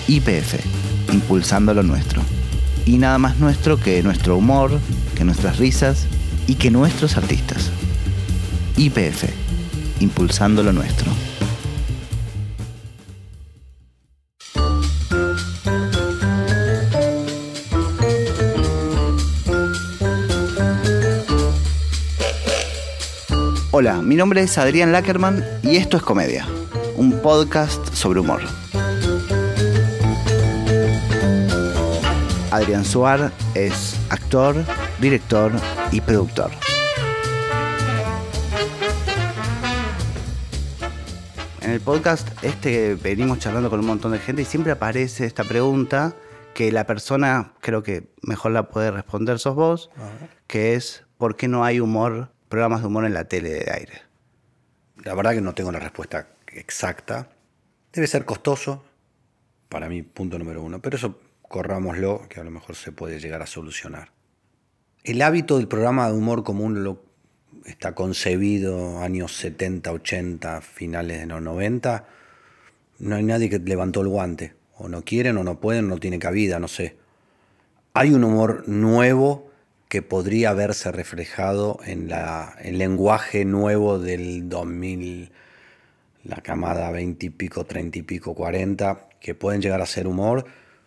YPF, impulsando lo nuestro. Y nada más nuestro que nuestro humor, que nuestras risas y que nuestros artistas. YPF, impulsando lo nuestro. Hola, mi nombre es Adrián Lackerman y esto es Comedia, un podcast sobre humor. Adrián Suar es actor, director y productor. En el podcast venimos charlando con un montón de gente y siempre aparece esta pregunta que la persona, creo que mejor la puede responder sos vos, que es ¿por qué no hay programas de humor en la tele de aire? La verdad que no tengo la respuesta exacta. Debe ser costoso, para mí, punto número uno. Pero eso corrámoslo, que a lo mejor se puede llegar a solucionar. El hábito del programa de humor común está concebido años 70, 80, finales de los 90. No hay nadie que levantó el guante. O no quieren, o no pueden, no tiene cabida, no sé. Hay un humor nuevo que podría verse reflejado en el lenguaje nuevo del 2000, la camada 20 y pico, 30 y pico, 40, que pueden llegar a ser humor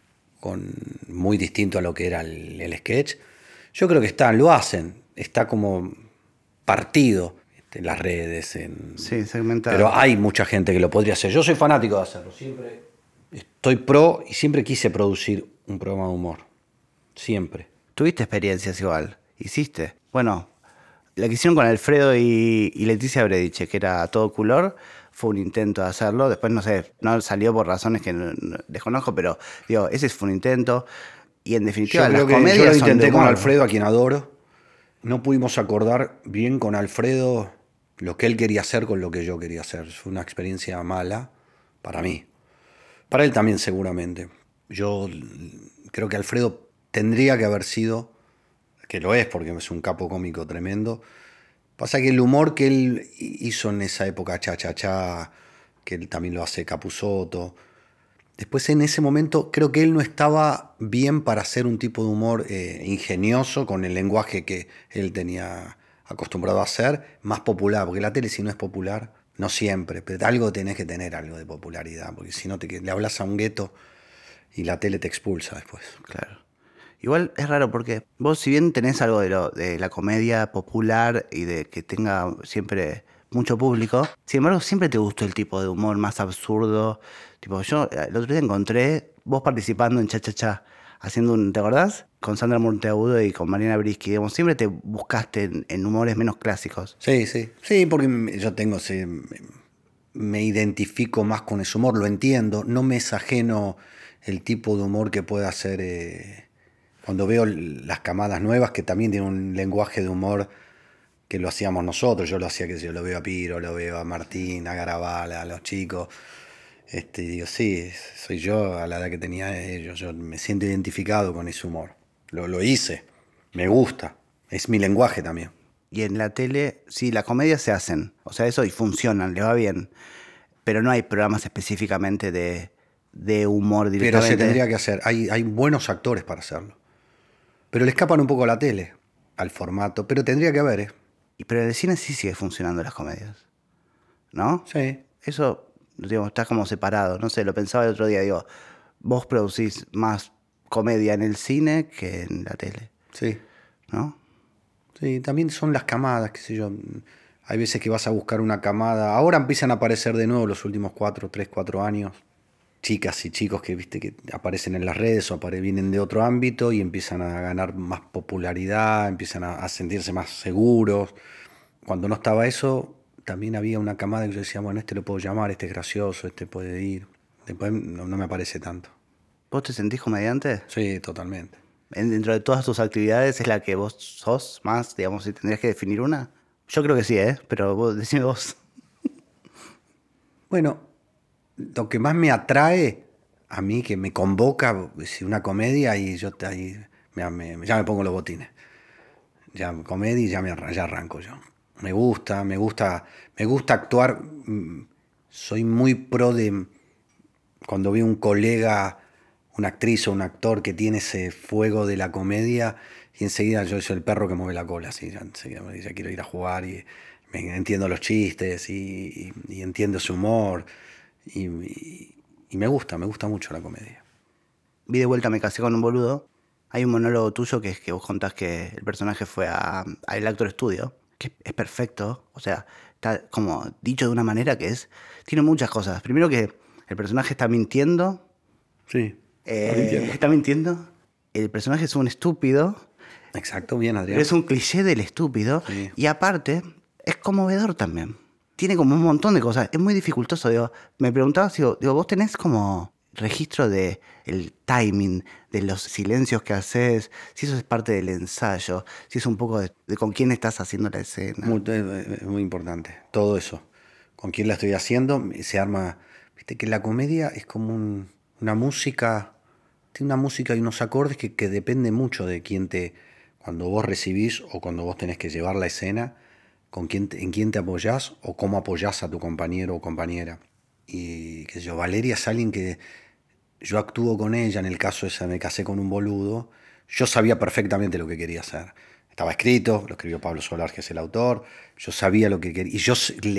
muy distinto a lo que era el sketch. Yo creo que lo hacen, está como partido en las redes. Sí, segmentado. Pero hay mucha gente que lo podría hacer. Yo soy fanático de hacerlo, siempre estoy pro y siempre quise producir un programa de humor, siempre. ¿Tuviste experiencias igual? ¿Hiciste? Bueno, la que hicieron con Alfredo y Leticia Brediche, que era a todo color, fue un intento de hacerlo. Después, no sé, no salió por razones que no desconozco, pero digo, ese fue un intento. Y en definitiva, las comedias yo lo son intenté de con humor. Alfredo, a quien adoro. No pudimos acordar bien con Alfredo lo que él quería hacer con lo que yo quería hacer. Fue una experiencia mala para mí. Para él también, seguramente. Yo creo que Alfredo tendría que haber sido, que lo es porque es un capo cómico tremendo. Pasa que el humor que él hizo en esa época, cha, que él también lo hace Capusotto. Después, en ese momento, creo que él no estaba bien para hacer un tipo de humor ingenioso con el lenguaje que él tenía acostumbrado a hacer, más popular, porque la tele, si no es popular, no siempre, pero algo tenés que tener, algo de popularidad, porque si no le hablas a un gueto y la tele te expulsa después. Claro. Igual es raro porque vos, si bien tenés algo de la comedia popular y de que tenga siempre mucho público, sin embargo siempre te gustó el tipo de humor más absurdo. Tipo, yo el otro día encontré vos participando en Cha Cha Cha, ¿te acordás? Con Sandra Monteagudo y con Mariana Brisky. Digamos, siempre te buscaste en humores menos clásicos. Sí, porque yo me identifico más con ese humor, lo entiendo, no me es ajeno el tipo de humor que puede hacer cuando veo las camadas nuevas que también tienen un lenguaje de humor que lo hacíamos nosotros. Yo lo hacía, yo lo veo a Piro, lo veo a Martín, a Garabala, a los chicos. Y digo, sí, soy yo a la edad que tenía ellos. Yo me siento identificado con ese humor. Lo hice, me gusta, es mi lenguaje también. Y en la tele, sí, las comedias se hacen, o sea, eso y funcionan, le va bien. Pero no hay programas específicamente de humor directamente. Pero se tendría que hacer, hay buenos actores para hacerlo. Pero le escapan un poco a la tele, al formato, pero tendría que haber, Pero en el cine sí sigue funcionando las comedias, ¿no? Sí. Eso, digo, está como separado, no sé, lo pensaba el otro día, digo, vos producís más comedia en el cine que en la tele, Sí. ¿no? Sí, también son las camadas, qué sé yo. Hay veces que vas a buscar una camada. Ahora empiezan a aparecer de nuevo los últimos 4 años. Chicas y chicos que viste que aparecen en las redes o vienen de otro ámbito y empiezan a ganar más popularidad, empiezan a sentirse más seguros. Cuando no estaba eso, también había una camada que yo decía, bueno, este lo puedo llamar, este es gracioso, este puede ir. Después no me aparece tanto. ¿Vos te sentís comediante? Sí, totalmente. Dentro de todas tus actividades, ¿es la que vos sos más, digamos, si tendrías que definir una? Yo creo que sí, pero vos, decime vos. Bueno, lo que más me atrae a mí, que me convoca, es una comedia y yo ahí ya me pongo los botines. Ya comedia y ya arranco yo. Me gusta actuar. Soy muy pro de cuando veo un colega una actriz o un actor que tiene ese fuego de la comedia y enseguida yo soy el perro que mueve la cola, así, ya enseguida me dice quiero ir a jugar y entiendo los chistes y entiendo su humor y me gusta mucho la comedia. Vi de vuelta Me casé con un boludo. Hay un monólogo tuyo que es que vos contás que el personaje fue al Actor Studio, que es perfecto. O sea, está como dicho de una manera que tiene muchas cosas. Primero que el personaje está mintiendo. Sí, está mintiendo. Está mintiendo. El personaje es un estúpido. Exacto, bien, Adrián. Pero es un cliché del estúpido. Sí. Y aparte, es conmovedor también. Tiene como un montón de cosas. Es muy dificultoso. Digo, me preguntaba si vos tenés como registro de el timing, de los silencios que haces, si eso es parte del ensayo, si es un poco de con quién estás haciendo la escena. Muy importante. Todo eso. Con quién la estoy haciendo, se arma. Viste que la comedia es como una música. Tiene una música y unos acordes que depende mucho de quién cuando vos recibís o cuando vos tenés que llevar la escena, en quién te apoyás o cómo apoyás a tu compañero o compañera. Y qué sé yo, Valeria es alguien que yo actúo con ella, en el caso ese Me casé con un boludo, yo sabía perfectamente lo que quería hacer. Estaba escrito, lo escribió Pablo Solar, que es el autor, yo sabía lo que quería, y yo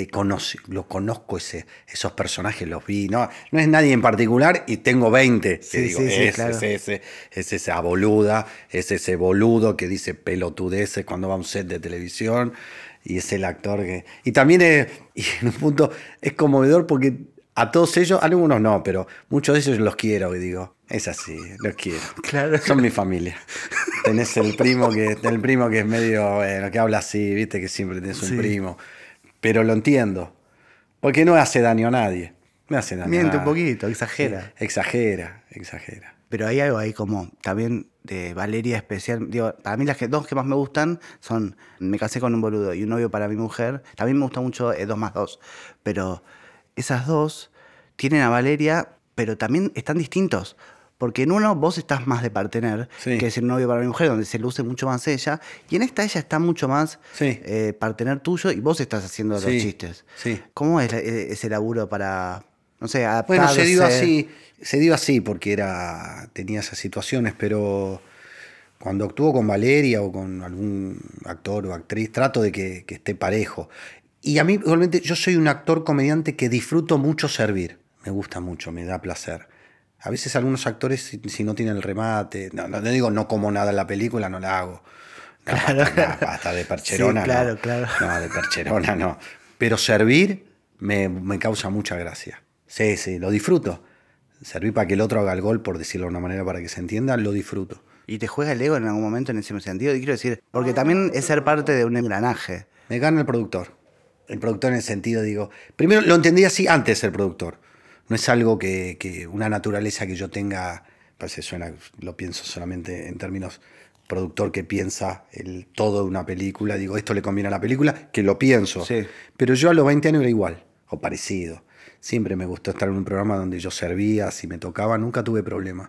lo conozco esos personajes, los vi, no es nadie en particular, y tengo 20, Sí, que digo, sí, claro. es esa boluda, es ese boludo que dice pelotudeces cuando va a un set de televisión, y es el actor que... Y también y en un punto es conmovedor porque a todos ellos, algunos no, pero muchos de ellos los quiero y digo, es así, los quiero. Claro. Son mi familia. Tenés el primo que es medio, bueno, que habla así, viste que siempre tenés un primo. Pero lo entiendo. Porque no hace daño a nadie. No hace daño Miente a un nadie. poquito, exagera. Sí, exagera. Pero hay algo ahí como también de Valeria especial. Digo, para mí las dos que más me gustan son Me casé con un boludo y Un novio para mi mujer. También me gusta mucho 2+2. Pero esas dos tienen a Valeria, pero también están distintos. Porque en uno vos estás más de partener, Sí. que es El novio para mi mujer, donde se luce mucho más ella. Y en esta ella está mucho más Sí. partener tuyo y vos estás haciendo los Sí, chistes. sí. ¿Cómo es ese laburo para, no sé, Bueno, adaptarse? se dio así porque tenía esas situaciones, pero cuando actúo con Valeria o con algún actor o actriz, trato de que esté parejo. Y a mí, realmente, yo soy un actor comediante que disfruto mucho servir. Me gusta mucho, me da placer. A veces algunos actores, si no tienen el remate, no digo no como nada en la película, no la hago. No, pasta de percherona, Sí, claro, no. claro. No, de percherona no. Pero servir me causa mucha gracia. Sí, lo disfruto. Servir para que el otro haga el gol, por decirlo de una manera para que se entienda, lo disfruto. ¿Y te juega el ego en algún momento en ese sentido? Y quiero decir, porque también es ser parte de un engranaje. Me gana el productor. El productor en el sentido, digo, primero lo entendí así antes de ser productor. No es algo que una naturaleza que yo tenga, parece suena, lo pienso solamente en términos productor que piensa el todo de una película. Digo, esto le conviene a la película, que lo pienso. Sí. Pero yo a los 20 años era igual, o parecido. Siempre me gustó estar en un programa donde yo servía, si me tocaba, nunca tuve problema.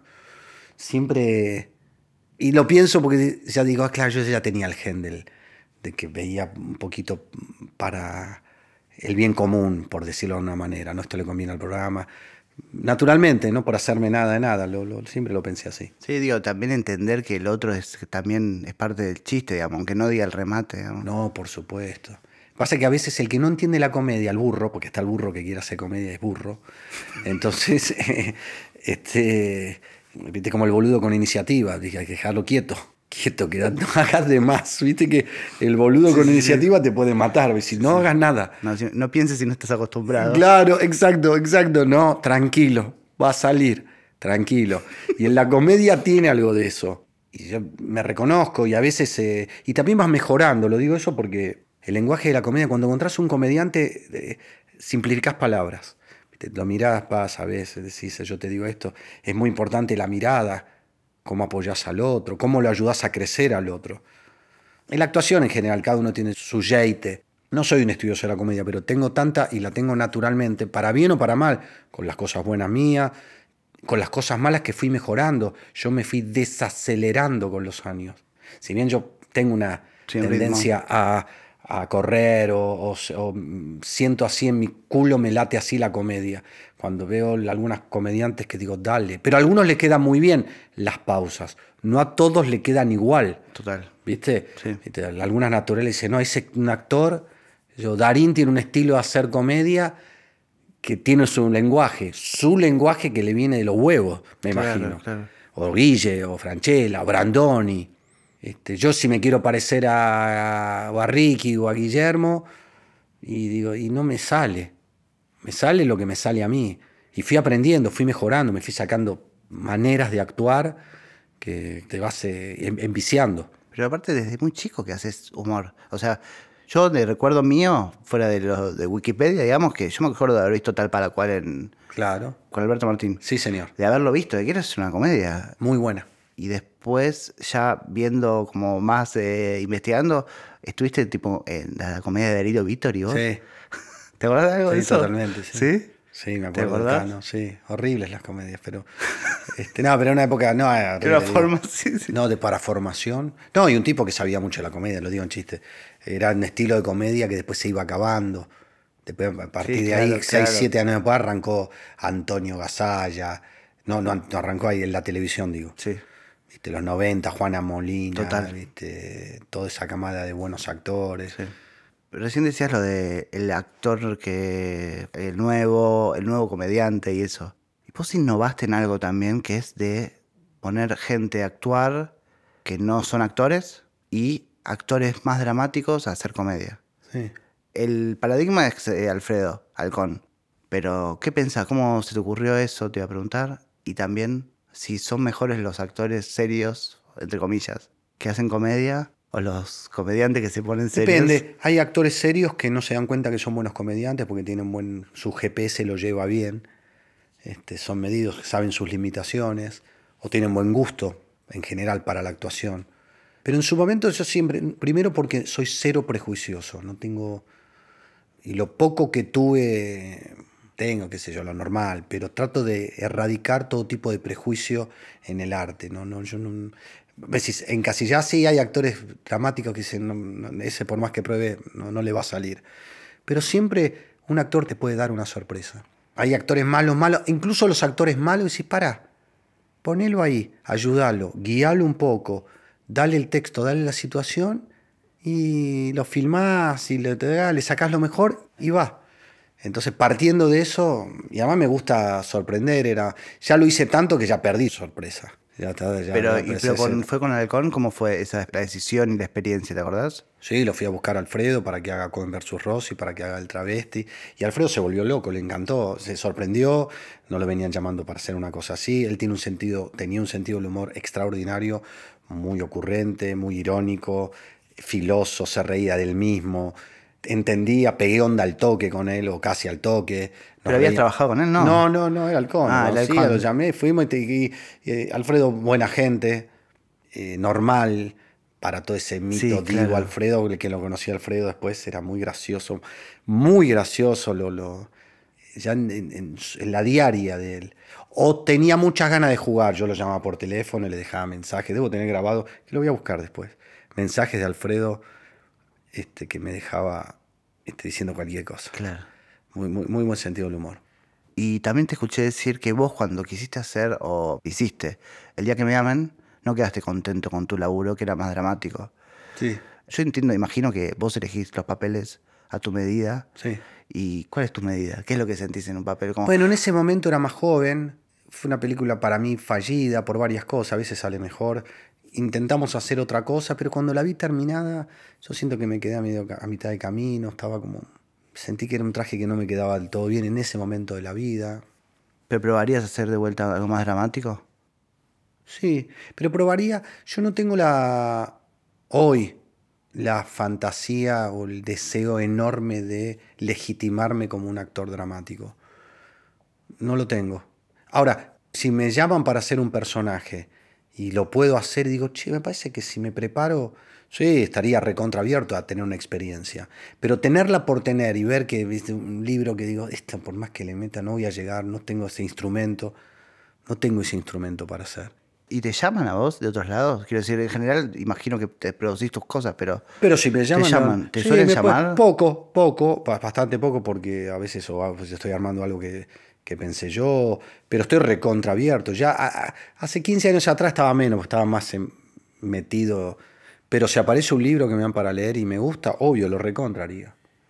Siempre... Y lo pienso porque ya digo, claro, yo ya tenía el gen de que veía un poquito para el bien común, por decirlo de una manera. No, esto le conviene al programa. Naturalmente, no por hacerme nada de nada, siempre lo pensé así. Sí, digo, también entender que el otro también es parte del chiste, digamos, aunque no diga el remate, digamos. No, por supuesto. Pasa que a veces el que no entiende la comedia, el burro, porque está el burro que quiere hacer comedia, es burro. Entonces, viste como el boludo con iniciativa, dije, hay que dejarlo quieto, que no hagas de más. Viste que el boludo con iniciativa te puede matar, si no hagas nada. No pienses si no estás acostumbrado. Claro, exacto, no, tranquilo, va a salir, tranquilo. Y en la comedia tiene algo de eso. Y yo me reconozco y a veces, y también vas mejorando, lo digo eso porque el lenguaje de la comedia, cuando encontrás un comediante, simplificás palabras. Lo mirás, vas, a veces decís, yo te digo esto, es muy importante la mirada, cómo apoyás al otro, cómo lo ayudás a crecer al otro. En la actuación en general, cada uno tiene su jeite. No soy un estudioso de la comedia, pero tengo tanta y la tengo naturalmente, para bien o para mal, con las cosas buenas mías, con las cosas malas que fui mejorando. Yo me fui desacelerando con los años. Si bien yo tengo una tendencia a a correr o siento así en mi culo, me late así la comedia. Cuando veo algunas comediantes que digo, dale. Pero a algunos le quedan muy bien las pausas. No a todos le quedan igual. Total. ¿Viste? Sí. ¿Viste? Algunas naturales dicen, no, ese un actor. Darín tiene un estilo de hacer comedia que tiene su lenguaje que le viene de los huevos, me Claro, imagino. claro. O Guille, o Francella, o Brandoni. Yo si me quiero parecer a Ricky o a Guillermo, y digo, y no me sale. Me sale lo que me sale a mí. Y fui aprendiendo, fui mejorando, me fui sacando maneras de actuar que te vas enviciando. Pero aparte desde muy chico que haces humor. O sea, yo de recuerdo mío, fuera de lo de Wikipedia, digamos, que yo me acuerdo de haber visto Tal para cual Claro. con Alberto Martín. Sí, señor. De haberlo visto, de que era una comedia. Muy buena. Y después, ya viendo como más, investigando, estuviste tipo en la comedia de Darío Vítor y vos. Sí, ¿Te acordás de algo de sí, eso? totalmente. Sí. ¿Sí? Sí, me ¿Te acuerdo de acordás? Cano, sí, horribles las comedias, pero no, pero en una época no era Era horrible, digo. forma, sí, sí. No, de para formación. No, y un tipo que sabía mucho de la comedia, lo digo en chiste. Era un estilo de comedia que después se iba acabando. Después, a partir Sí, de claro, ahí, 6 claro. 7 años después arrancó Antonio Gasalla. No arrancó ahí en la televisión, digo. Sí, ¿Viste? Los 90, Juana Molina, total. ¿viste? Toda esa camada de buenos actores. Sí. Recién decías lo de el actor el nuevo comediante y eso. Y vos innovaste en algo también que es de poner gente a actuar que no son actores y actores más dramáticos a hacer comedia. Sí. El paradigma es Alfredo Halcón. Pero, ¿qué pensás? ¿Cómo se te ocurrió eso? Te iba a preguntar. Y también, si son mejores los actores serios, entre comillas, que hacen comedia o los comediantes que se ponen serios. Depende. Hay actores serios que no se dan cuenta que son buenos comediantes porque su GPS lo lleva bien, son medidos, saben sus limitaciones o tienen buen gusto en general para la actuación. Pero en su momento yo siempre, primero porque soy cero prejuicioso, no tengo, y lo poco que tuve, tengo, qué sé yo, lo normal, pero trato de erradicar todo tipo de prejuicio en el arte. Yo no, ves, encasillado sí hay actores dramáticos que dicen, ese por más que pruebe, no le va a salir. Pero siempre un actor te puede dar una sorpresa. Hay actores malos, incluso los actores malos, decís, pará, ponelo ahí, ayúdalo, guíalo un poco, dale el texto, dale la situación y lo filmás y le sacás lo mejor y va. Entonces, partiendo de eso, y además me gusta sorprender, ya lo hice tanto que ya perdí sorpresa. Ya está, Pero, empecé fue con Halcón, ¿cómo fue esa la decisión y la experiencia? ¿Te acordás? Sí, lo fui a buscar a Alfredo para que haga Coen versus Rossi, para que haga el travesti. Y Alfredo se volvió loco, le encantó, se sorprendió, no lo venían llamando para hacer una cosa así. Él tenía un sentido del humor extraordinario, muy ocurrente, muy irónico, filoso, se reía del mismo. Entendía, pegué onda al toque con él, o casi al toque. ¿Pero habías trabajado con él? No. No, era Halcón. Ah, Lo el conocía, Halcón. lo llamé, fuimos Alfredo, buena gente, normal para todo ese mito Sí, divo claro. Alfredo, el que lo conocía Alfredo después era muy gracioso ya en la diaria de él. O tenía muchas ganas de jugar, yo lo llamaba por teléfono y le dejaba mensajes, debo tener grabado, que lo voy a buscar después, mensajes de Alfredo que me dejaba diciendo cualquier cosa. Claro. Muy buen sentido del humor. Y también te escuché decir que vos cuando quisiste hacer, o hiciste, El día que me llamen, no quedaste contento con tu laburo, que era más dramático. Sí, Yo entiendo, imagino que vos elegís los papeles a tu medida. sí. ¿Y cuál es tu medida? ¿Qué es lo que sentís en un papel? Como, Bueno, en ese momento era más joven, fue una película para mí fallida por varias cosas, a veces sale mejor. Intentamos hacer otra cosa, pero cuando la vi terminada, yo siento que me quedé a mitad de camino, sentí que era un traje que no me quedaba del todo bien en ese momento de la vida. ¿pero probarías hacer de vuelta algo más dramático? Sí, pero yo no tengo hoy, la fantasía o el deseo enorme de legitimarme como un actor dramático. No lo tengo. Ahora, si me llaman para hacer un personaje y lo puedo hacer, digo, che, me parece que si me preparo, sí, estaría recontraabierto a tener una experiencia. Pero tenerla por tener y ver que, viste, un libro que digo, esta por más que le meta no voy a llegar, no tengo ese instrumento para hacer. ¿Y te llaman a vos de otros lados? Quiero decir, en general, imagino que te producís tus cosas, pero Pero si me ¿te llaman, llaman? ¿Te sí, suelen llamar? poco, bastante poco, porque a veces estoy armando algo que pensé yo, pero estoy recontra abierto. Ya hace 15 años atrás estaba menos, estaba más metido. Pero si aparece un libro que me dan para leer y me gusta, obvio, lo recontraría.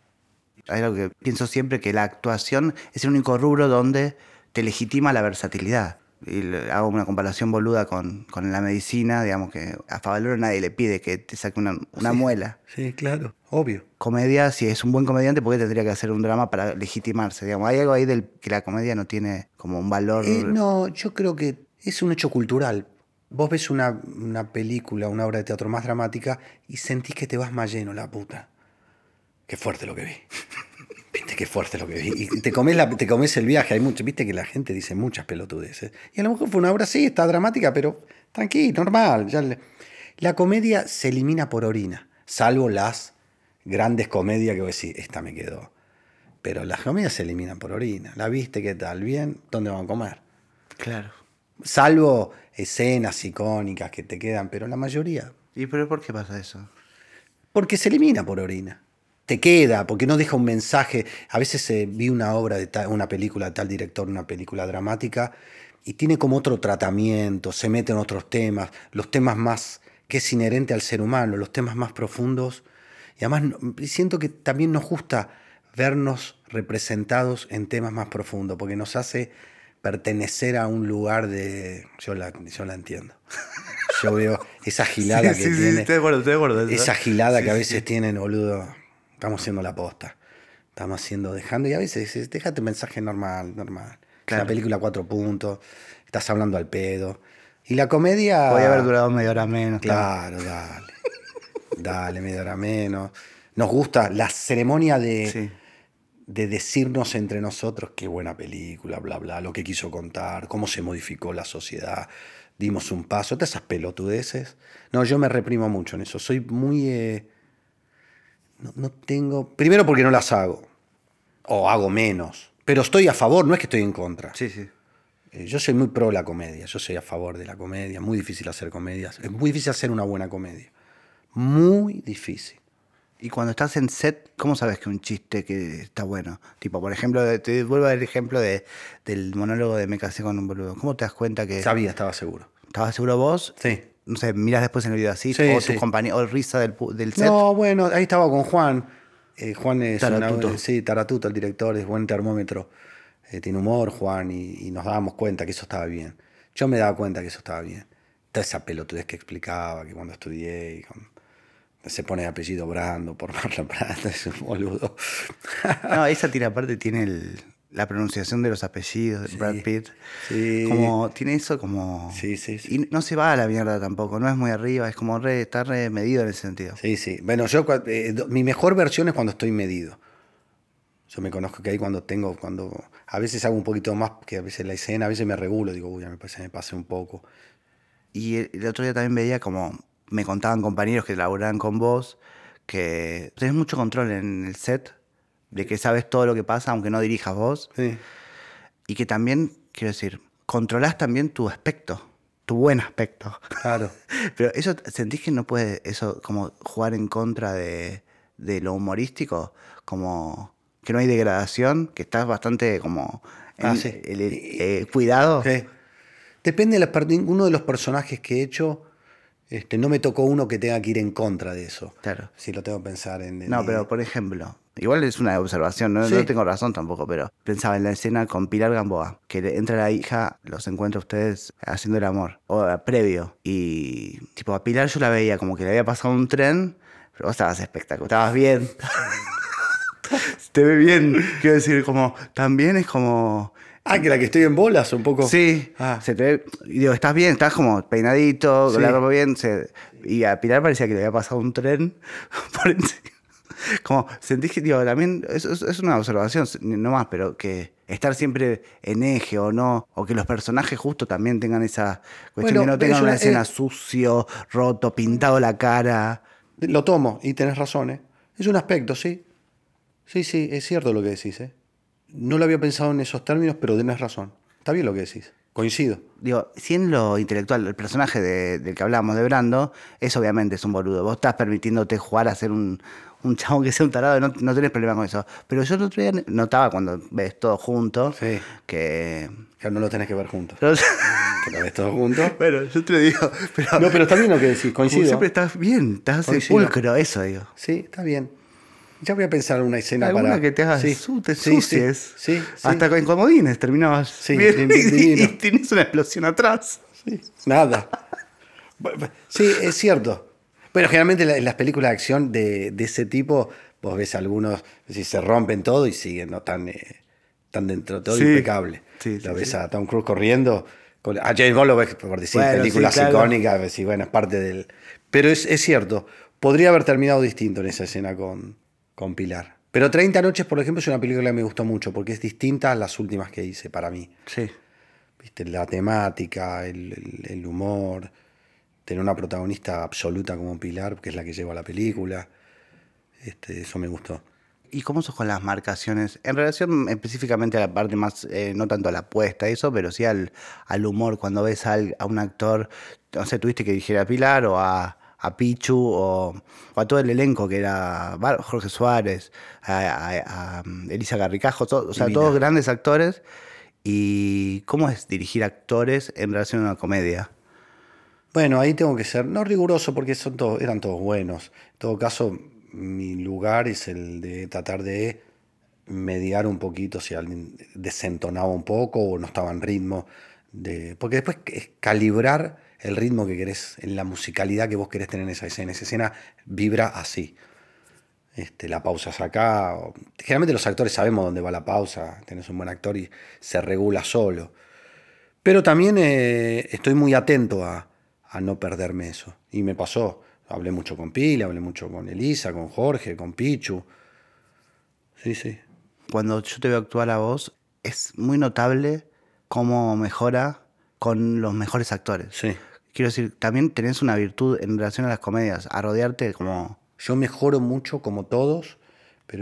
Hay algo que pienso siempre, que la actuación es el único rubro donde te legitima la versatilidad. Y hago una comparación boluda con la medicina, digamos que a Favaloro nadie le pide que te saque una Sí, muela. sí, claro, obvio. Comedia, si es un buen comediante, ¿por qué tendría que hacer un drama para legitimarse? Digamos, hay algo ahí del que la comedia no tiene como un valor. No, yo creo que es un hecho cultural. Vos ves una película, una obra de teatro más dramática y sentís que te vas más lleno, la puta. Qué fuerte lo que vi. Viste qué fuerte lo que vi. Y te comes el viaje. Hay mucho, viste que la gente dice muchas pelotudeces. Y a lo mejor fue una obra, sí, está dramática, pero tranquilo, normal. La comedia se elimina por orina, salvo las grandes comedias que vos decís, esta me quedó. Pero las comedias se eliminan por orina. ¿La viste qué tal? ¿Bien? ¿Dónde van a comer? Claro. Salvo escenas icónicas que te quedan, pero la mayoría. ¿Y pero por qué pasa eso? Porque se elimina por orina. Te queda, porque no deja un mensaje. A veces vi una obra una película de tal director, una película dramática, y tiene como otro tratamiento, se mete en otros temas, los temas más que es inherente al ser humano, los temas más profundos. Y además siento que también nos gusta vernos representados en temas más profundos, porque nos hace pertenecer a un lugar de... Yo la entiendo. Yo veo esa gilada Sí, que sí, sí, tiene. estoy de acuerdo. Eso. Esa gilada Sí, que a sí, veces sí. tienen, boludo. Estamos haciendo la posta. Estamos haciendo, dejando. Y a veces dices, déjate un mensaje normal, normal. Es una Claro. película 4 puntos. Estás hablando al pedo. Y la Podía haber comedia. durado media hora menos también. Claro, dale. Dale, media hora menos. Nos gusta la ceremonia Sí. de decirnos entre nosotros qué buena película, bla, bla, lo que quiso contar, cómo se modificó la sociedad, dimos un paso, todas esas pelotudeces. No, yo me reprimo mucho en eso. Soy muy... no tengo... Primero porque no las hago, o hago menos, pero estoy a favor, no es que estoy en contra. Sí, sí. Yo soy muy pro la comedia, yo soy a favor de la comedia, muy difícil hacer comedias, es muy difícil hacer una buena comedia, muy difícil. Y cuando estás en set, ¿cómo sabes que un chiste que está bueno? Tipo, por ejemplo, te vuelvo a dar el ejemplo del monólogo de Me casé con un boludo. ¿Cómo te das cuenta que Sabía, estaba seguro. estabas seguro vos? Sí. No sé, miras después en el video así, Sí, o tus sí. compañeros, o risa del set. No, bueno, ahí estaba con Juan. Juan es Taratuto. sí, Taratuto, el director, es buen termómetro. Tiene humor, Juan, y nos dábamos cuenta que eso estaba bien. Yo me daba cuenta que eso estaba bien. Toda esa pelotudez que explicaba, que cuando estudié, se pone el apellido Brando por Marlon Brando, es un boludo. No, esa tira aparte tiene la pronunciación de los apellidos de Sí, Brad Pitt. sí. Como, tiene eso como... Sí, sí, sí. Y no se va a la mierda tampoco, no es muy arriba, es como está re medido en ese sentido. Sí, sí. Bueno, mi mejor versión es cuando estoy medido. Yo me conozco que ahí cuando a veces hago un poquito más que a veces la escena, a veces me regulo, digo, uy, ya me pasé un poco. Y el otro día también veía como, me contaban compañeros que laburaban con vos, que tenés mucho control en el set, de que sabes todo lo que pasa, aunque no dirijas vos, Sí, y que también, quiero decir, controlás también tu aspecto, tu buen aspecto. claro. Pero eso, ¿sentís que no puede eso como jugar en contra de lo humorístico? Como que no hay degradación, que estás bastante como Ah, en sí. cuidado. Sí. Depende uno de los personajes que he hecho, no me tocó uno que tenga que ir en contra de eso. Claro. Si lo tengo que pensar en... No, pero por ejemplo, igual es una observación, no, Sí. no tengo razón tampoco, pero pensaba en la escena con Pilar Gamboa, que entra la hija, los encuentra a ustedes haciendo el amor, o previo, y tipo a Pilar yo la veía como que le había pasado un tren, pero vos estabas espectacular, estabas bien. Te ve bien, quiero decir, como, también es como... Ah, que la que estoy en bolas un poco. Sí, Ah, se te ve, y digo, estás bien, estás como peinadito, con la sí. ropa bien, y a Pilar parecía que le había pasado un tren por encima. Como sentís que, digo, también es una observación, no más, pero que estar siempre en eje o no, o que los personajes justo también tengan esa cuestión, que Bueno, no tengan una escena sucio, roto, pintado la cara. lo tomo y tenés razón, ¿eh? Es un aspecto, sí. Sí, sí, es cierto lo que decís, ¿eh? No lo había pensado en esos términos, pero tenés razón. Está bien lo que decís. Coincido. Digo, si en lo intelectual, el personaje del que hablábamos de Brando, es obviamente es un boludo. Vos estás permitiéndote jugar a ser un chabón que sea un tarado, no tenés problema con eso. Pero yo el otro día notaba cuando ves todo junto Sí. que... Que no lo tenés que ver juntos. Pero- Que lo ves todos juntos. bueno, yo te lo digo, pero... No, pero está bien lo que decís, como coincido. siempre estás bien, estás Coincido. sepulcro, eso digo. Sí, está bien. Ya voy a pensar una escena Alguna para... que te hagas, te ensucies. Sí. Hasta con comodines terminabas Sí, bien, divino. y tienes una explosión atrás. Sí, nada. Sí, es cierto. Bueno, generalmente en las películas de acción de ese tipo, vos ves algunos, si se rompen todo y siguen, ¿no? Tan dentro, todo Sí. impecable. Sí, Lo sí, ves sí. a Tom Cruise corriendo, a James Bond lo ves por decir Bueno, películas sí, claro. icónicas, ves, y bueno, es parte del... Pero es cierto, podría haber terminado distinto en esa escena con Pilar. Pero 30 noches, por ejemplo, es una película que me gustó mucho, porque es distinta a las últimas que hice para mí. Sí. ¿Viste? La temática, el humor, tener una protagonista absoluta como Pilar, que es la que lleva la película. Eso me gustó. ¿Y cómo sos con las marcaciones? En relación específicamente a la parte más, no tanto a la apuesta, eso, pero sí al humor, cuando ves a un actor, no sé, tuviste que dirigir a Pilar o a Pichu o a todo el elenco que era Jorge Suárez, a Elisa Garricajo, o sea, Divina. todos grandes actores. ¿Y cómo es dirigir actores en relación a una comedia? Bueno, ahí tengo que ser, no riguroso porque eran todos buenos. En todo caso, mi lugar es el de tratar de mediar un poquito si alguien desentonaba un poco o no estaba en ritmo. Porque después es calibrar el ritmo que querés, en la musicalidad que vos querés tener en esa escena. Esa escena vibra así. La pausa es acá. Generalmente los actores sabemos dónde va la pausa. Tenés un buen actor y se regula solo. Pero también estoy muy atento a no perderme eso. Y me pasó. Hablé mucho con Pili, hablé mucho con Elisa, con Jorge, con Pichu. Sí, sí. Cuando yo te veo actuar a vos, es muy notable cómo mejora con los mejores actores. Sí. Quiero decir, también tenés una virtud en relación a las comedias, a rodearte como... Yo mejoro mucho como todos, pero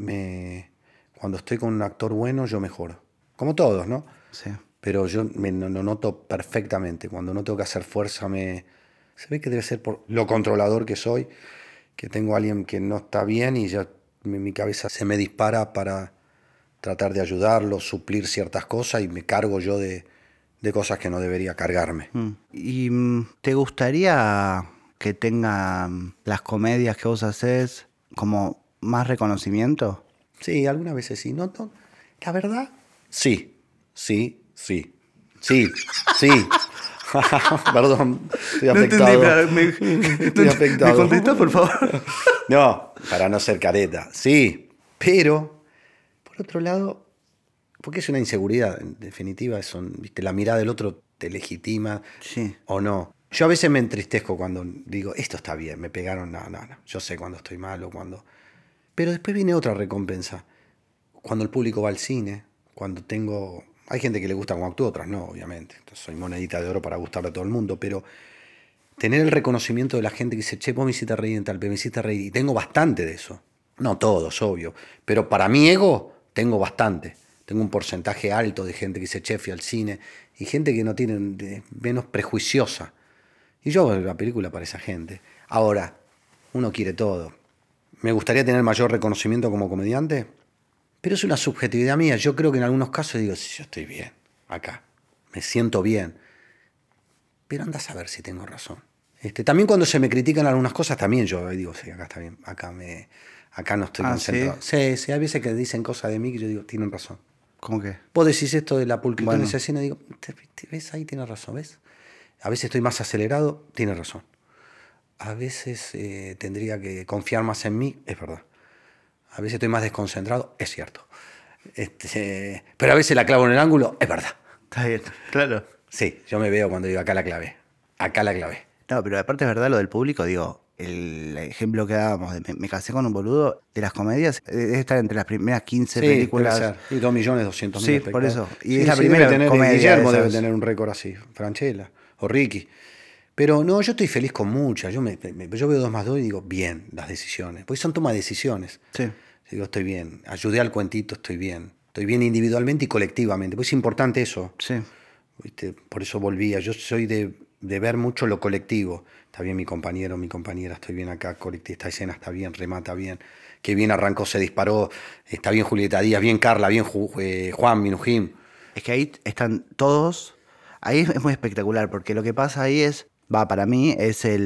cuando estoy con un actor bueno, yo mejoro. Como todos, ¿no? Sí. Pero yo lo noto perfectamente. Cuando no tengo que hacer fuerza, se ve que debe ser por lo controlador que soy, que tengo a alguien que no está bien y ya mi cabeza se me dispara para tratar de ayudarlo, suplir ciertas cosas y me cargo yo de cosas que no debería cargarme. ¿Y te gustaría que tengan las comedias que vos haces como más reconocimiento? Sí, algunas veces sí. La verdad, sí, sí, sí, sí, sí. Perdón, estoy afectado. Estoy afectado. ¿Me contestás, por favor? No, para no ser careta. Sí, pero, por otro lado, porque es una inseguridad, en definitiva, ¿viste? La mirada del otro te legitima Sí. o no. Yo a veces me entristezco cuando digo, esto está bien, me pegaron, no. Yo sé cuando estoy mal o cuando... Pero después viene otra recompensa. Cuando el público va al cine, cuando tengo... Hay gente que le gusta como actúo, otras no, obviamente. Entonces soy monedita de oro para gustarle a todo el mundo, pero tener el reconocimiento de la gente que dice, che, vos me hiciste reír en tal, me hiciste reír, y tengo bastante de eso. No todos, obvio, pero para mi ego tengo bastante. Tengo un porcentaje alto de gente que dice, che, fui al cine, y gente que no tiene, menos prejuiciosa. Y yo hago la película para esa gente. Ahora, uno quiere todo. ¿Me gustaría tener mayor reconocimiento como comediante? Pero es una subjetividad mía. Yo creo que en algunos casos digo, sí, yo estoy bien, acá. Me siento bien. Pero anda a saber si tengo razón. También cuando se me critican algunas cosas, también yo digo, sí, acá está bien. Acá no estoy concentrado. ¿Sí? Hay veces que dicen cosas de mí que yo digo, tienen razón. ¿Cómo qué? Vos decís esto de la pulcritud Bueno. en esa escena, digo, ¿ves? Ahí tienes razón, ¿ves? A veces estoy más acelerado, tienes razón. A veces tendría que confiar más en mí, es verdad. A veces estoy más desconcentrado, es cierto. Pero a veces la clavo en el ángulo, es verdad. Está bien, claro. Sí, yo me veo cuando digo, acá la clavé. Acá la clavé. No, pero aparte es verdad lo del público, digo, el ejemplo que dábamos de me casé con un boludo, de las comedias, debe estar entre las primeras 15 Sí, películas. debe ser. Y 2.200.000 Sí, espectadores. por eso. Y Sí, es la debe primera tener, comedia Guillermo de debe esas. tener un récord así, Franchella o Ricky. Pero no, yo estoy feliz con muchas. Yo veo 2 más 2 y digo, bien, las decisiones. Porque son toma de decisiones. Sí. Digo, estoy bien. Ayudé al cuentito, estoy bien. Estoy bien individualmente y colectivamente. Pues es importante eso. Sí. ¿viste? Por eso volvía. Yo soy de ver mucho lo colectivo. Está bien mi compañero, mi compañera, estoy bien acá, esta escena está bien, remata bien, qué bien arrancó, se disparó, está bien Julieta Díaz, bien Carla, bien Juan Minujín. Es que ahí están todos. Ahí es muy espectacular, porque lo que pasa ahí para mí,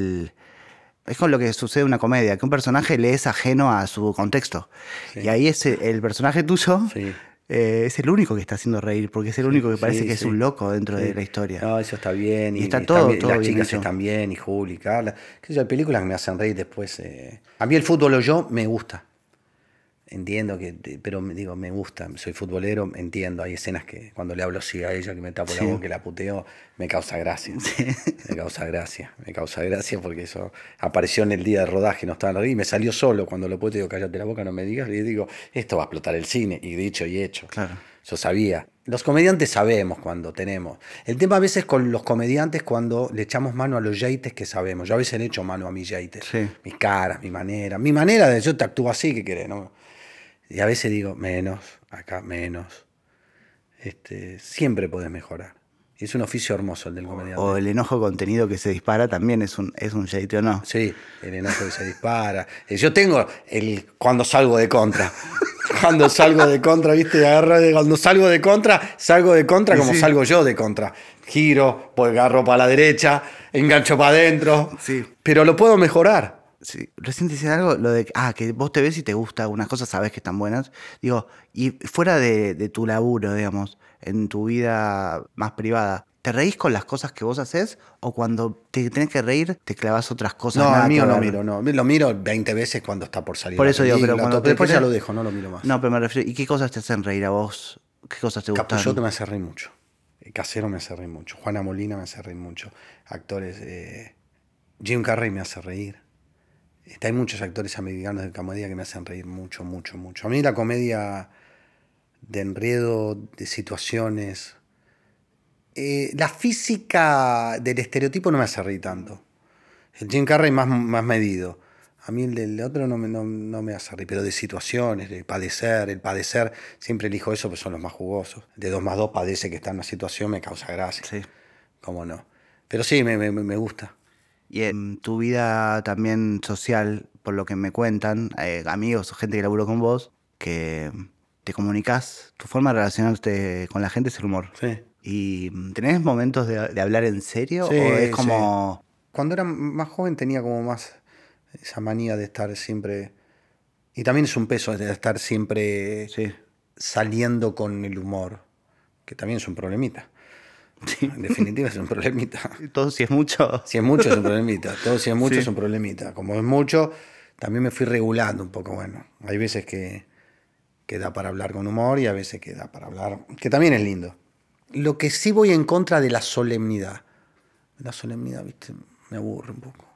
es con lo que sucede en una comedia, que un personaje le es ajeno a su contexto. Sí. Y ahí el personaje tuyo Sí. es el único que está haciendo reír, porque es el único que parece que es un loco dentro de la historia. No, eso está bien. Y está todo las bien chicas hecho. están bien, y Juli, y Carla. Qué sé yo, hay películas que me hacen reír después. A mí el fútbol o yo me gusta. Entiendo pero digo, me gusta, soy futbolero, entiendo, hay escenas que cuando le hablo así a ella, que me tapo la boca, que la puteo, me causa gracia. Sí. Me causa gracia porque eso apareció en el día de rodaje, no estaba en y me salió solo. Cuando lo puedo, digo, cállate la boca, no me digas, y digo, esto va a explotar el cine, y dicho y hecho. Claro. Yo sabía. Los comediantes sabemos cuando tenemos. El tema a veces con los comediantes cuando le echamos mano a los yates que sabemos. Yo a veces le echo mano a mis yates. Sí. Mis caras, mi manera de yo te actúo así, ¿qué querés? ¿No? Y a veces digo, menos, acá menos. Siempre podés mejorar. Y es un oficio hermoso el del comediante. O el enojo contenido que se dispara también es un shade, ¿o no? Sí, el enojo que se dispara. Yo tengo cuando salgo de contra. Cuando salgo de contra, ¿viste? Cuando salgo de contra como sí. Salgo yo de contra. Giro, pues agarro para la derecha, engancho para adentro. Sí. Pero lo puedo mejorar. Sí. Recién decías algo, lo de que vos te ves y te gusta algunas cosas, sabes que están buenas. Digo, y fuera de tu laburo, digamos, en tu vida más privada, ¿te reís con las cosas que vos haces? ¿O cuando te tenés que reír, te clavas otras cosas? No, al mío no miro, no. Lo miro 20 veces cuando está por salir. Por eso digo, pero cuando después ya lo dejo, no lo miro más. No, pero me refiero, ¿y qué cosas te hacen reír a vos? ¿Qué cosas te gustan? Capusotto me hace reír mucho. Casero me hace reír mucho. Juana Molina me hace reír mucho. Actores. Jim Carrey me hace reír. Hay muchos actores americanos de comedia que me hacen reír mucho, mucho, mucho. A mí la comedia de enredo, de situaciones. La física del estereotipo no me hace reír tanto. El Jim Carrey más medido. A mí el del otro no me hace reír, pero de situaciones, de padecer, el padecer, siempre elijo eso, pues son los más jugosos. De 2 más 2 padece que está en una situación, me causa gracia. Sí. ¿Cómo no? Pero sí, me gusta. Y en tu vida también social, por lo que me cuentan, amigos o gente que laburó con vos, que te comunicás, tu forma de relacionarte con la gente es el humor. Sí. ¿Y tenés momentos de hablar en serio? Sí, ¿O es como...? Sí. Cuando era más joven tenía como más esa manía de estar siempre... Y también es un peso de estar siempre saliendo con el humor, que también es un problemita. Sí. En definitiva es un problemita. Todo si es mucho. Si es mucho es un problemita. Todo si es mucho es un problemita. Como es mucho, también me fui regulando un poco. Bueno, hay veces que da para hablar con humor y a veces que da para hablar... Que también es lindo. Lo que sí voy en contra de la solemnidad. La solemnidad, ¿viste? Me aburre un poco.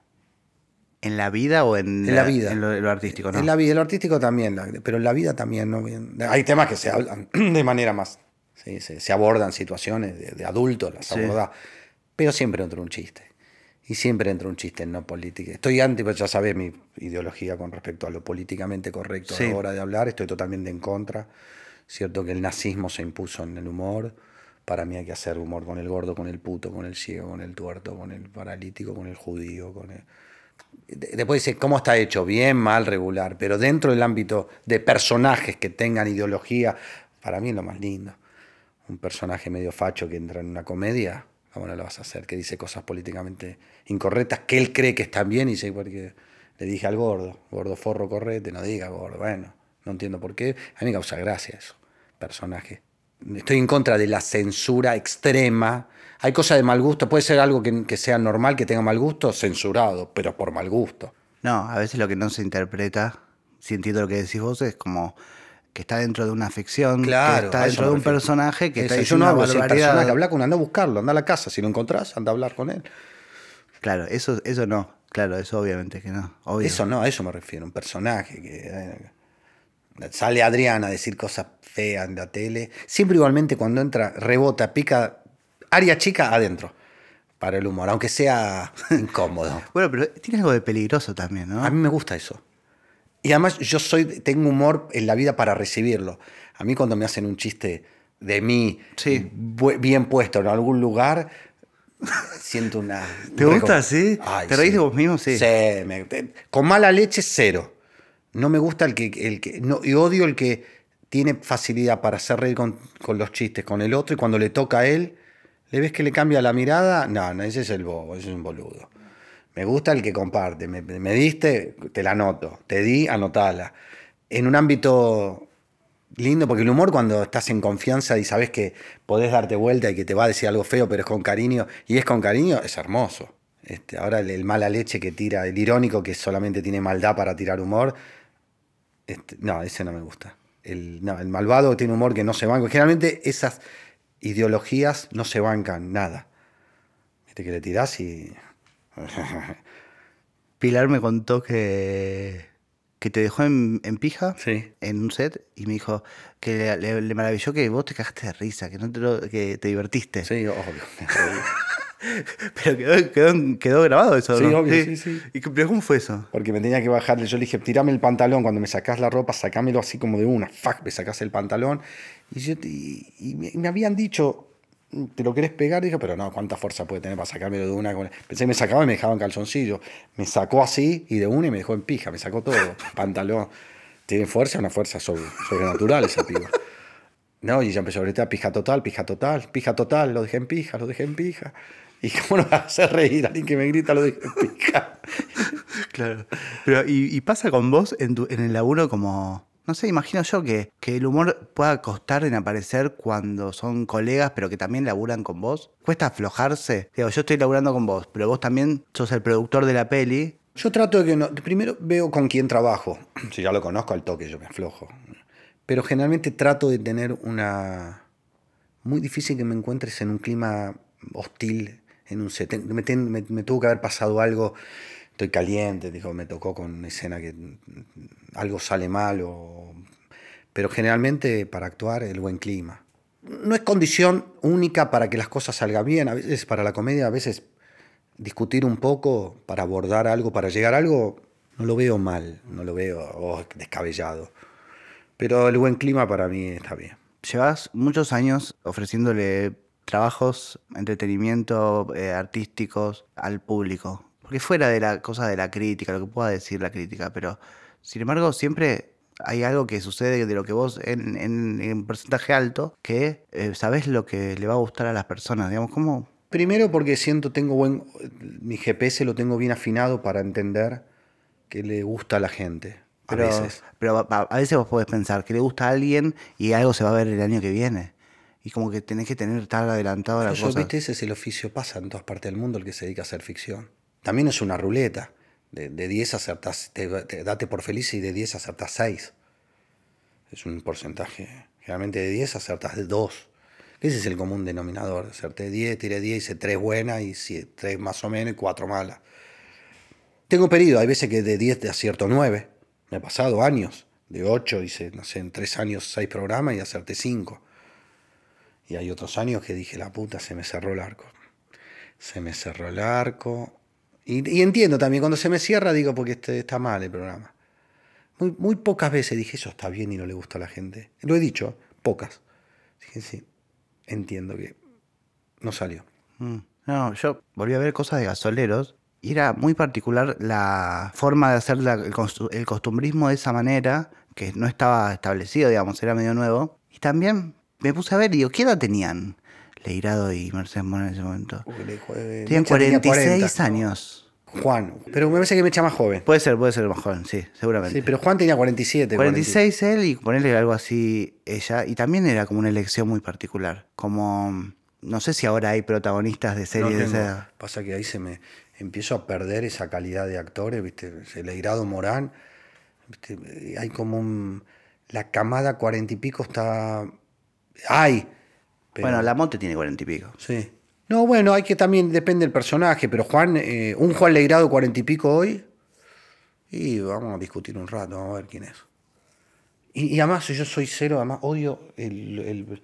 ¿En la vida o en la vida? En lo artístico, ¿no? En la vida, lo artístico también, pero en la vida también, ¿no? Hay temas que se hablan de manera más... Sí, se abordan situaciones de adultos, las abordan, pero siempre entra un chiste. Y siempre entra un chiste en no política. Estoy anti, pues ya sabes mi ideología con respecto a lo políticamente correcto a la hora de hablar. Estoy totalmente en contra. Cierto que el nazismo se impuso en el humor. Para mí hay que hacer humor con el gordo, con el puto, con el ciego, con el tuerto, con el paralítico, con el judío, con el... Después dice, ¿cómo está hecho? Bien, mal, regular. Pero dentro del ámbito de personajes que tengan ideología, para mí es lo más lindo. Un personaje medio facho que entra en una comedia, ¿cómo no lo vas a hacer? Que dice cosas políticamente incorrectas que él cree que están bien y dice, porque le dije al gordo forro, correte, no diga gordo. Bueno, no entiendo por qué. A mí me causa gracia eso, personaje. Estoy en contra de la censura extrema. Hay cosas de mal gusto, puede ser algo que sea normal, que tenga mal gusto, censurado, pero por mal gusto. No, a veces lo que no se interpreta, si entiendo lo que decís vos, es como que está dentro de una ficción, claro, que está dentro de un personaje que está diciendo una barbaridad. Si el personaje, habla con él, anda a buscarlo, anda a la casa, si lo encontrás, anda a hablar con él. Claro, eso no, claro, eso obviamente que no. Obvio. Eso no, a eso me refiero, un personaje que... Sale Adriana a decir cosas feas en la tele. Siempre igualmente cuando entra, rebota, pica, área chica adentro. Para el humor, aunque sea incómodo. Bueno, pero tiene algo de peligroso también, ¿no? A mí me gusta eso. Y además tengo humor en la vida para recibirlo. A mí cuando me hacen un chiste de mí Sí. bien puesto en algún lugar, siento una... ¿Te gusta así? Ay, ¿Te reís sí. de vos mismo? Sí. Sí, con mala leche, cero. No me gusta no, y odio el que tiene facilidad para hacer reír con los chistes con el otro y cuando le toca a él, ¿le ves que le cambia la mirada? No, no, ese es el bobo, ese es un boludo. Me gusta el que comparte. Me diste, te la anoto. Te di, anotala. En un ámbito lindo, porque el humor cuando estás en confianza y sabes que podés darte vuelta y que te va a decir algo feo, pero es con cariño, y es con cariño, es hermoso. Ahora el mala leche que tira, el irónico que solamente tiene maldad para tirar humor, no, ese no me gusta. No, el malvado tiene humor que no se banca. Generalmente esas ideologías no se bancan nada. Viste que le tirás y... Pilar me contó que te dejó en pija Sí. en un set y me dijo que le maravilló que vos te cagaste de risa, que, no te, que te divertiste. Sí, obvio. Pero quedó grabado eso, Sí, ¿no? obvio, sí. ¿Pero cómo fue eso? Porque me tenía que bajarle. Yo le dije, tirame el pantalón. Cuando me sacás la ropa, sacámelo así como de una. Fuck, me sacás el pantalón. Y me habían dicho, ¿te lo querés pegar? Dije, pero no, ¿cuánta fuerza puede tener para sacármelo de una? Pensé que me sacaba y me dejaba en calzoncillo. Me sacó así y de una y me dejó en pija. Me sacó todo. Pantalón. Tiene fuerza, una fuerza sobrenatural esa piba. No, y ya empezó a gritar, pija total, lo dejé en pija, lo dejé en pija. ¿Y cómo no vas a hacer reír a alguien que me grita, lo dejé en pija? Claro. Pero, ¿y pasa con vos en el laburo como... No sé, imagino yo que el humor pueda costar en aparecer cuando son colegas, pero que también laburan con vos. ¿Cuesta aflojarse? Digo, yo estoy laburando con vos, pero vos también sos el productor de la peli. Yo trato de que no. Primero veo con quién trabajo. Si ya lo conozco al toque, yo me aflojo. Pero generalmente trato de tener una. Muy difícil que me encuentres en un clima hostil en un set. Me tuvo que haber pasado algo. Estoy caliente, digo, me tocó con una escena que algo sale mal. Pero generalmente para actuar el buen clima. No es condición única para que las cosas salgan bien. A veces para la comedia, a veces discutir un poco para abordar algo, para llegar a algo, no lo veo mal, no lo veo descabellado. Pero el buen clima para mí está bien. Llevas muchos años ofreciéndole trabajos, entretenimiento, artísticos al público. Porque fuera de la cosa de la crítica, lo que pueda decir la crítica, pero sin embargo siempre hay algo que sucede de lo que vos en porcentaje alto, que sabés lo que le va a gustar a las personas, digamos, ¿cómo? Primero porque mi GPS lo tengo bien afinado para entender que le gusta a la gente. A veces. Pero a veces vos podés pensar que le gusta a alguien y algo se va a ver el año que viene. Y como que tenés que estar adelantado a las Eso, cosas. viste, ese es el oficio, pasa en todas partes del mundo el que se dedica a hacer ficción. También es una ruleta. De 10 acertás, date por feliz y de 10 acertás 6. Es un porcentaje. Generalmente de 10 acertás de 2. Ese es el común denominador. Acerté 10, tiré 10, hice 3 buenas y 3 más o menos y 4 malas. Tengo periodo, hay veces que de 10 te acierto 9. Me ha pasado años. De 8 hice, no sé, en 3 años 6 programas y acerté 5. Y hay otros años que dije, la puta, se me cerró el arco. Se me cerró el arco. Y entiendo también, cuando se me cierra digo, porque está mal el programa. Muy pocas veces dije, eso está bien y no le gusta a la gente. Lo he dicho, pocas. Dije, sí, entiendo que no salió. No, yo volví a ver cosas de gasoleros y era muy particular la forma de hacer el costumbrismo de esa manera, que no estaba establecido, digamos, era medio nuevo. Y también me puse a ver y digo, ¿qué edad tenían Leirado y Mercedes Morán en ese momento? Tenían Mecha tenía 46 40. años. Juan, pero me parece que me echa más joven. Puede ser más joven, sí, seguramente. Sí, pero Juan tenía 47. 46 él y ponerle algo así ella. Y también era como una elección muy particular. Como, no sé si ahora hay protagonistas de series de esa edad. Pasa que ahí se me empiezo a perder esa calidad de actores, ¿viste? El Leirado Morán, ¿viste? Hay como la camada 40 y pico está... Hay, pero... Bueno, Lamonte tiene 40 y pico. Sí. No, bueno, hay que también, depende del personaje, pero Juan, un Juan Leirado 40 y pico hoy, y vamos a discutir un rato, vamos a ver quién es. Y además, yo soy cero, además odio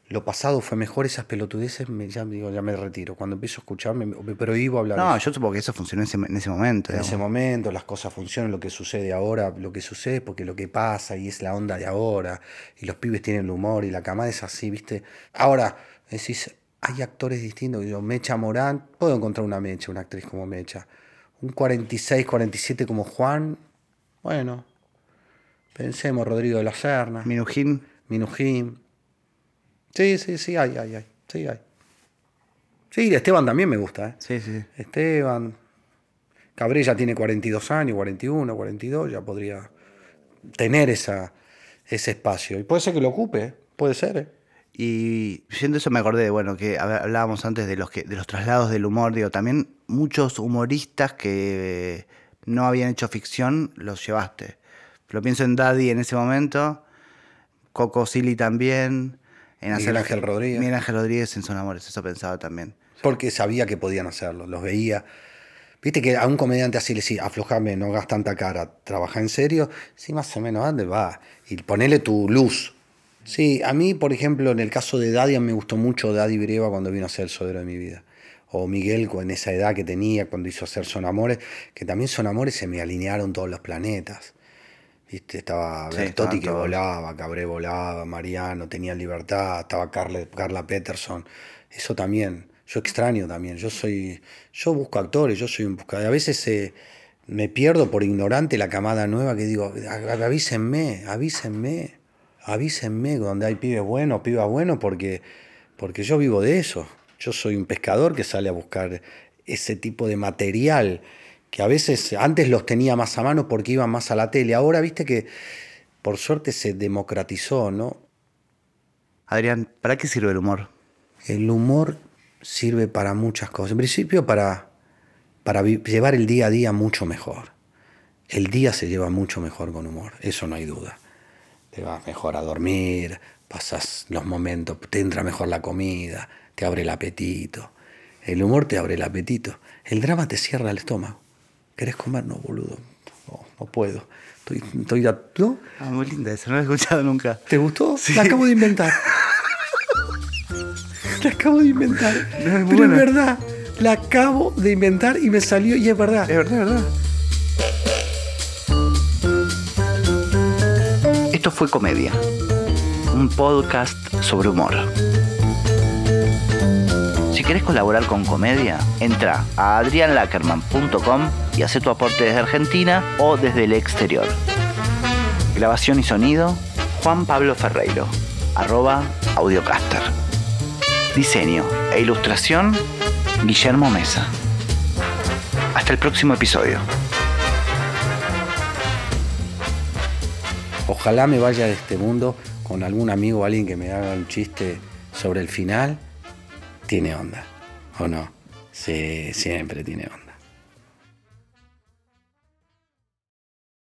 lo pasado fue mejor, esas pelotudeces, ya me retiro. Cuando empiezo a escuchar, me prohíbo hablar. No, eso. yo supongo que eso funcionó en ese momento. En ese momento las cosas funcionan, lo que sucede ahora, lo que sucede porque lo que pasa y es la onda de ahora, y los pibes tienen el humor y la camada es así, ¿viste? Ahora, decís, hay actores distintos, yo, Mecha Morán, puedo encontrar una Mecha, una actriz como Mecha, un 46, 47 como Juan, bueno, pensemos, Rodrigo de la Serna, Minujín. Minujín, sí, sí, hay, sí hay. Sí, Esteban también me gusta, ¿eh? Sí. Esteban... Cabrera tiene 42 años, 41, 42, ya podría tener ese espacio. Y puede ser que lo ocupe, puede ser. Y siendo eso me acordé, bueno, que hablábamos antes de los traslados del humor, digo, también muchos humoristas que no habían hecho ficción los llevaste. Lo pienso en Daddy en ese momento, Coco Silly también, en Miguel Ángel Rodríguez. Miguel Ángel Rodríguez en Son Amores, eso pensaba también. Porque sabía que podían hacerlo, los veía. Viste que a un comediante así le decía, aflojame, no hagas tanta cara, trabaja en serio, sí, más o menos, ¿dónde va? Y ponele tu luz. Sí, a mí, por ejemplo, en el caso de Daddy, me gustó mucho Daddy Breva cuando vino a ser el Sodero de mi vida. O Miguel, en esa edad que tenía, cuando hizo hacer Son Amores, que también Son Amores se me alinearon todos los planetas. ¿Viste? Estaba Bertotti que volaba, Cabré volaba, Mariano, tenía libertad, estaba Carla Peterson. Eso también. Yo extraño también, yo busco actores, yo soy un buscador. A veces me pierdo por ignorante la camada nueva que digo, avísenme donde hay pibes buenos, pibas buenos, porque yo vivo de eso. Yo soy un pescador que sale a buscar ese tipo de material que a veces antes los tenía más a mano porque iban más a la tele. Ahora, viste que por suerte se democratizó, ¿no? Adrián, ¿para qué sirve el humor? El humor sirve para muchas cosas. En principio para llevar el día a día mucho mejor. El día se lleva mucho mejor con humor, eso no hay duda. Te vas mejor a dormir, pasas los momentos, te entra mejor la comida, te abre el apetito. El humor te abre el apetito. El drama te cierra el estómago. ¿Querés comer? No, boludo. No puedo. ¿No? Ah, muy linda esa, no la he escuchado nunca. ¿Te gustó? Sí. La acabo de inventar. La acabo de inventar. No, es pero es verdad. La acabo de inventar y me salió y es verdad. Es verdad. Esto fue Comedia, un podcast sobre humor. Si querés colaborar con Comedia, entra a adrianlackerman.com y haz tu aporte desde Argentina o desde el exterior. Grabación y sonido, Juan Pablo Ferreiro, @audiocaster. Diseño e ilustración, Guillermo Mesa. Hasta el próximo episodio. Ojalá me vaya de este mundo con algún amigo o alguien que me haga un chiste sobre el final. Tiene onda, ¿o no? Sí, siempre tiene onda.